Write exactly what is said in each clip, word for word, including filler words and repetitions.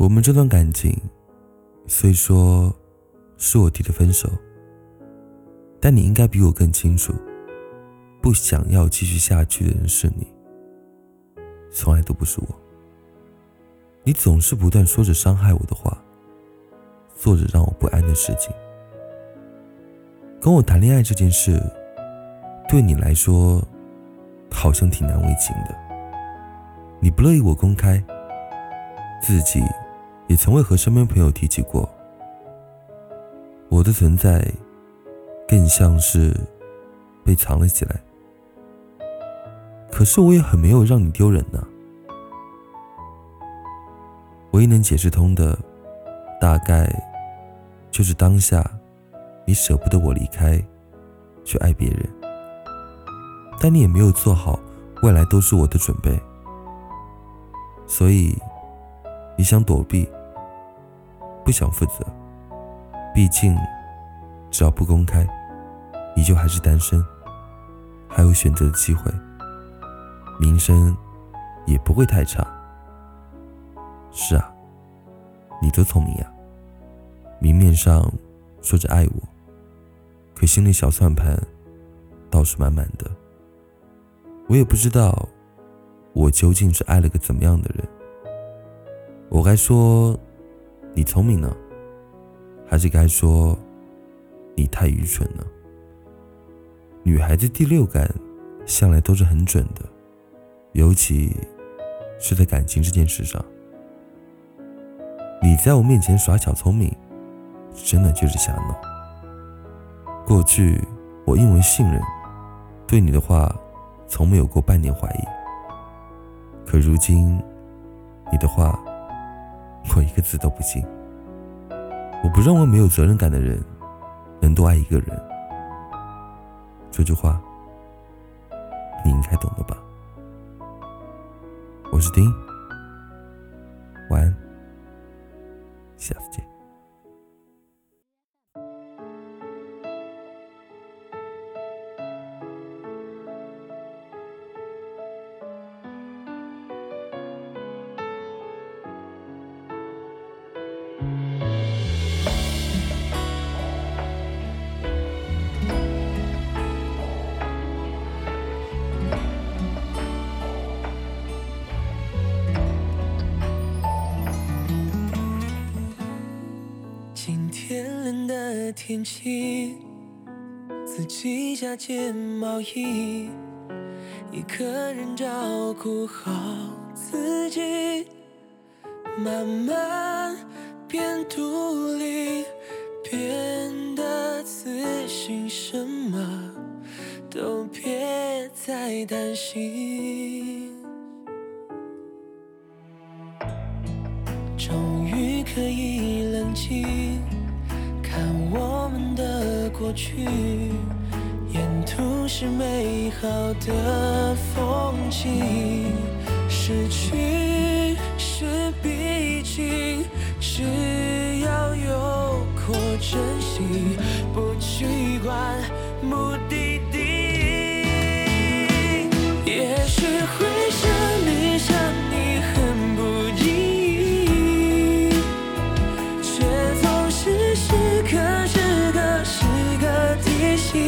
我们这段感情虽说是我提的分手，但你应该比我更清楚，不想要继续下去的人是你，从来都不是我。你总是不断说着伤害我的话，做着让我不安的事情。跟我谈恋爱这件事，对你来说好像挺难为情的。你不乐意我公开，自己也从未和身边朋友提起过。我的存在更像是被藏了起来，可是我也很没有让你丢人呢。唯一能解释通的，大概就是当下你舍不得我离开，去爱别人，但你也没有做好未来都是我的准备，所以你想躲避，不想负责。毕竟只要不公开，你就还是单身，还有选择的机会，名声也不会太差。是啊，你多聪明呀，明面上说着爱我，可心里小算盘倒是满满的。我也不知道我究竟是爱了个怎么样的人，我该说你聪明呢，还是该说你太愚蠢呢？女孩子第六感向来都是很准的，尤其是在感情这件事上。你在我面前耍小聪明，真的就是瞎闹。过去我因为信任，对你的话从没有过半点怀疑，可如今你的话我一个字都不信。我不认为没有责任感的人能多爱一个人，这句话你应该懂的吧。我是丁，晚安，下次见。 天气，自己加件毛衣，一个人照顾好自己，慢慢变独立，变得自信，什么都别再担心。终于可以冷静，看我们的过去，沿途是美好的风景。失去是必经，只要有过珍惜，不去管目的地。也许会想你想你很不易，却总是时刻时刻是个提醒。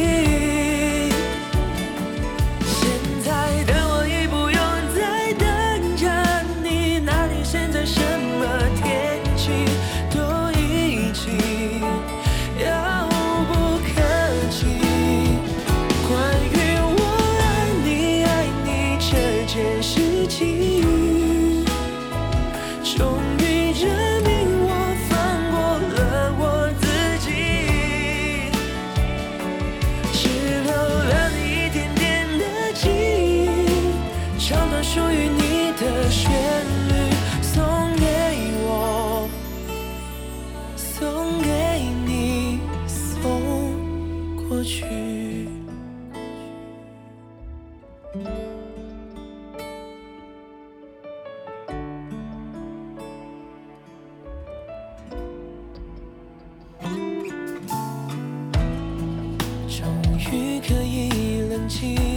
现在的我已不用再等着你，哪里现在什么天气都已经遥不可及。关于我爱你爱你这件事情，终于证明我放过了我自己，只留了你一点点的记忆，唱段属于你的旋律，送给我，送给你，送过去。终于可以冷静，